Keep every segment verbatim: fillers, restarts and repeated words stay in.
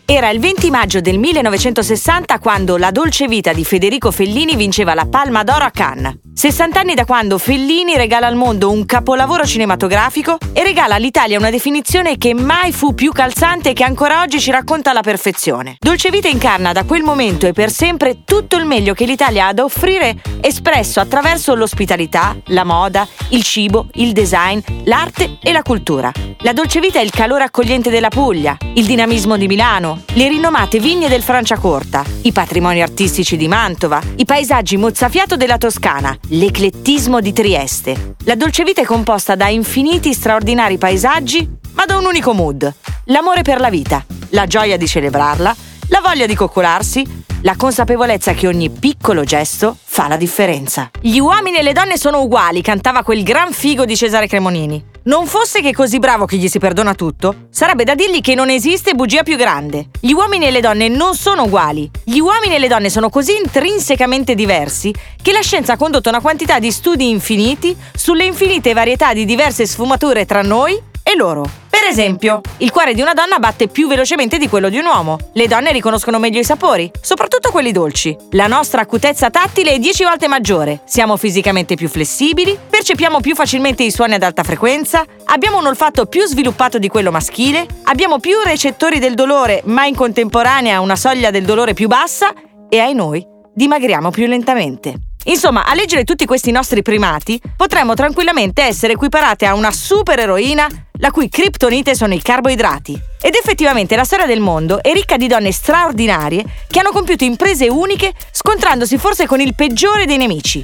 Era il venti maggio del millenovecentosessanta quando La dolce vita di Federico Fellini vinceva la Palma d'Oro a Cannes. sessanta anni da quando Fellini regala al mondo un capolavoro cinematografico e regala all'Italia una definizione che mai fu più calzante e che ancora oggi ci racconta alla perfezione. Dolce vita incarna da quel momento e per sempre tutto il meglio che l'Italia ha da offrire, espresso attraverso l'ospitalità, la moda, il cibo, il design, l'arte e la cultura. La dolce vita è il calore accogliente della Puglia, il dinamismo di Milano, le rinomate vigne del Franciacorta, i patrimoni artistici di Mantova, i paesaggi mozzafiato della Toscana, l'eclettismo di Trieste. La dolce vita è composta da infiniti straordinari paesaggi, ma da un unico mood: l'amore per la vita, la gioia di celebrarla, la voglia di coccolarsi, la consapevolezza che ogni piccolo gesto fa la differenza. Gli uomini e le donne sono uguali, cantava quel gran figo di Cesare Cremonini. Non fosse che così bravo che gli si perdona tutto, sarebbe da dirgli che non esiste bugia più grande. Gli uomini e le donne non sono uguali. Gli uomini e le donne sono così intrinsecamente diversi che la scienza ha condotto una quantità di studi infiniti sulle infinite varietà di diverse sfumature tra noi e loro. Per esempio, il cuore di una donna batte più velocemente di quello di un uomo. Le donne riconoscono meglio i sapori, soprattutto quelli dolci. La nostra acutezza tattile è dieci volte maggiore. Siamo fisicamente più flessibili, percepiamo più facilmente i suoni ad alta frequenza, abbiamo un olfatto più sviluppato di quello maschile, abbiamo più recettori del dolore, ma in contemporanea una soglia del dolore più bassa e, ai noi, dimagriamo più lentamente. Insomma, a leggere tutti questi nostri primati, potremmo tranquillamente essere equiparate a una supereroina la cui criptonite sono i carboidrati. Ed effettivamente la storia del mondo è ricca di donne straordinarie che hanno compiuto imprese uniche, scontrandosi forse con il peggiore dei nemici: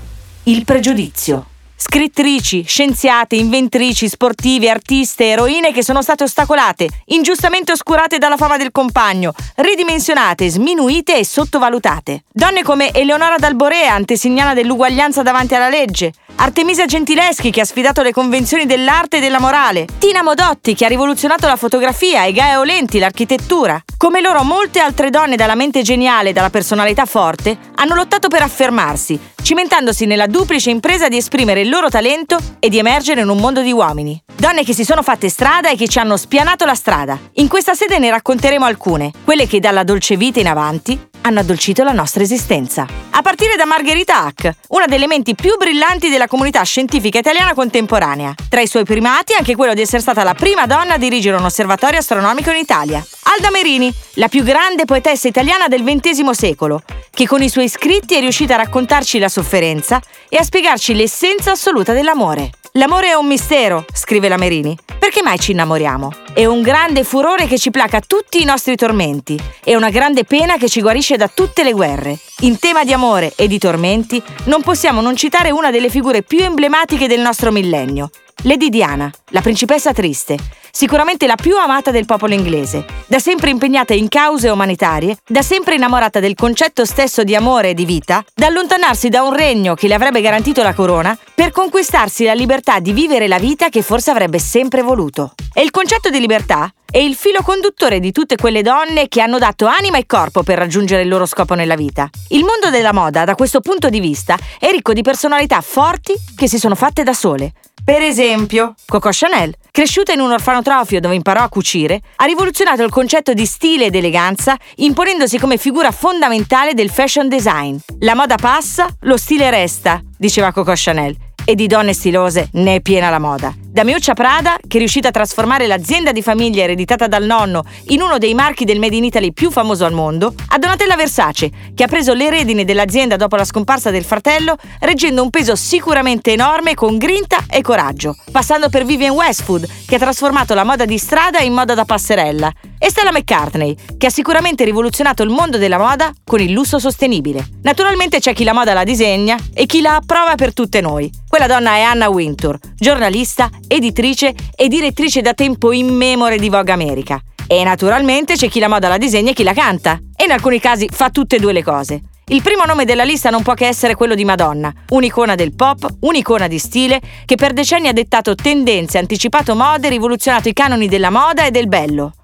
il pregiudizio. Scrittrici, scienziate, inventrici, sportive, artiste, eroine che sono state ostacolate, ingiustamente oscurate dalla fama del compagno, ridimensionate, sminuite e sottovalutate. Donne come Eleonora d'Alborea, antesignana dell'uguaglianza davanti alla legge, Artemisia Gentileschi che ha sfidato le convenzioni dell'arte e della morale, Tina Modotti che ha rivoluzionato la fotografia e Gaia Olenti l'architettura. Come loro molte altre donne dalla mente geniale e dalla personalità forte hanno lottato per affermarsi, cimentandosi nella duplice impresa di esprimere il loro talento e di emergere in un mondo di uomini. Donne che si sono fatte strada e che ci hanno spianato la strada. In questa sede ne racconteremo alcune, quelle che dalla dolce vita in avanti hanno addolcito la nostra esistenza. A partire da Margherita Hack, una delle menti più brillanti della comunità scientifica italiana contemporanea. Tra i suoi primati anche quello di essere stata la prima donna a dirigere un osservatorio astronomico in Italia. Alda Merini, la più grande poetessa italiana del ventesimo secolo, che con i suoi scritti è riuscita a raccontarci la sofferenza e a spiegarci l'essenza assoluta dell'amore. L'amore è un mistero, scrive la Merini. Perché mai ci innamoriamo? È un grande furore che ci placa tutti i nostri tormenti. È una grande pena che ci guarisce da tutte le guerre. In tema di amore e di tormenti, non possiamo non citare una delle figure più emblematiche del nostro millennio. Lady Diana, la principessa triste, sicuramente la più amata del popolo inglese, da sempre impegnata in cause umanitarie, da sempre innamorata del concetto stesso di amore e di vita, da allontanarsi da un regno che le avrebbe garantito la corona per conquistarsi la libertà di vivere la vita che forse avrebbe sempre voluto. E il concetto di libertà è il filo conduttore di tutte quelle donne che hanno dato anima e corpo per raggiungere il loro scopo nella vita. Il mondo della moda, da questo punto di vista, è ricco di personalità forti che si sono fatte da sole. Per esempio, Coco Chanel, cresciuta in un orfanotrofio dove imparò a cucire, ha rivoluzionato il concetto di stile ed eleganza, imponendosi come figura fondamentale del fashion design. La moda passa, lo stile resta, diceva Coco Chanel, e di donne stilose ne è piena la moda. Da Miuccia Prada, che è riuscita a trasformare l'azienda di famiglia ereditata dal nonno in uno dei marchi del Made in Italy più famoso al mondo, a Donatella Versace, che ha preso le redini dell'azienda dopo la scomparsa del fratello, reggendo un peso sicuramente enorme con grinta e coraggio, passando per Vivienne Westwood, che ha trasformato la moda di strada in moda da passerella, e Stella McCartney, che ha sicuramente rivoluzionato il mondo della moda con il lusso sostenibile. Naturalmente c'è chi la moda la disegna e chi la approva per tutte noi. Quella donna è Anna Wintour, giornalista, editrice e direttrice da tempo immemore di Vogue America. E naturalmente c'è chi la moda la disegna e chi la canta. E in alcuni casi fa tutte e due le cose. Il primo nome della lista non può che essere quello di Madonna, un'icona del pop, un'icona di stile, che per decenni ha dettato tendenze, anticipato mode, rivoluzionato i canoni della moda e del bello.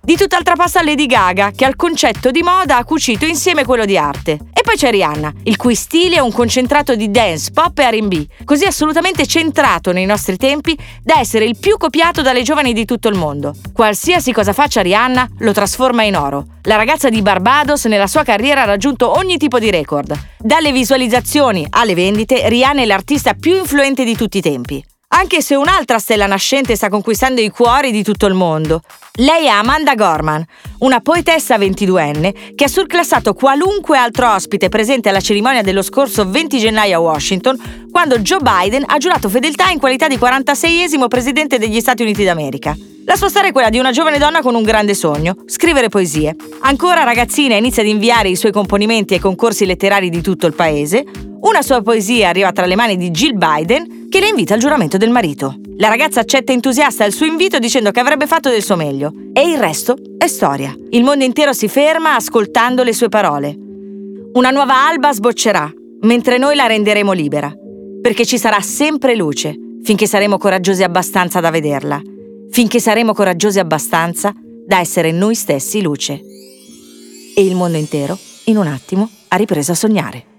Di tutt'altra pasta Lady Gaga, che al concetto di moda ha cucito insieme quello di arte. E poi c'è Rihanna, il cui stile è un concentrato di dance, pop e erre and bi, così assolutamente centrato nei nostri tempi da essere il più copiato dalle giovani di tutto il mondo. Qualsiasi cosa faccia Rihanna lo trasforma in oro. La ragazza di Barbados nella sua carriera ha raggiunto ogni tipo di record. Dalle visualizzazioni alle vendite, Rihanna è l'artista più influente di tutti i tempi. Anche se un'altra stella nascente sta conquistando i cuori di tutto il mondo. Lei è Amanda Gorman, una poetessa ventiduenne che ha surclassato qualunque altro ospite presente alla cerimonia dello scorso venti gennaio a Washington, quando Joe Biden ha giurato fedeltà in qualità di quarantaseiesimo presidente degli Stati Uniti d'America. La sua storia è quella di una giovane donna con un grande sogno: scrivere poesie. Ancora ragazzina inizia ad inviare i suoi componimenti ai concorsi letterari di tutto il paese. Una sua poesia arriva tra le mani di Jill Biden, che la invita al giuramento del marito. La ragazza accetta entusiasta il suo invito dicendo che avrebbe fatto del suo meglio. E il resto è storia. Il mondo intero si ferma ascoltando le sue parole. Una nuova alba sboccerà, mentre noi la renderemo libera. Perché ci sarà sempre luce, finché saremo coraggiosi abbastanza da vederla. Finché saremo coraggiosi abbastanza da essere noi stessi luce. E il mondo intero, in un attimo, ha ripreso a sognare.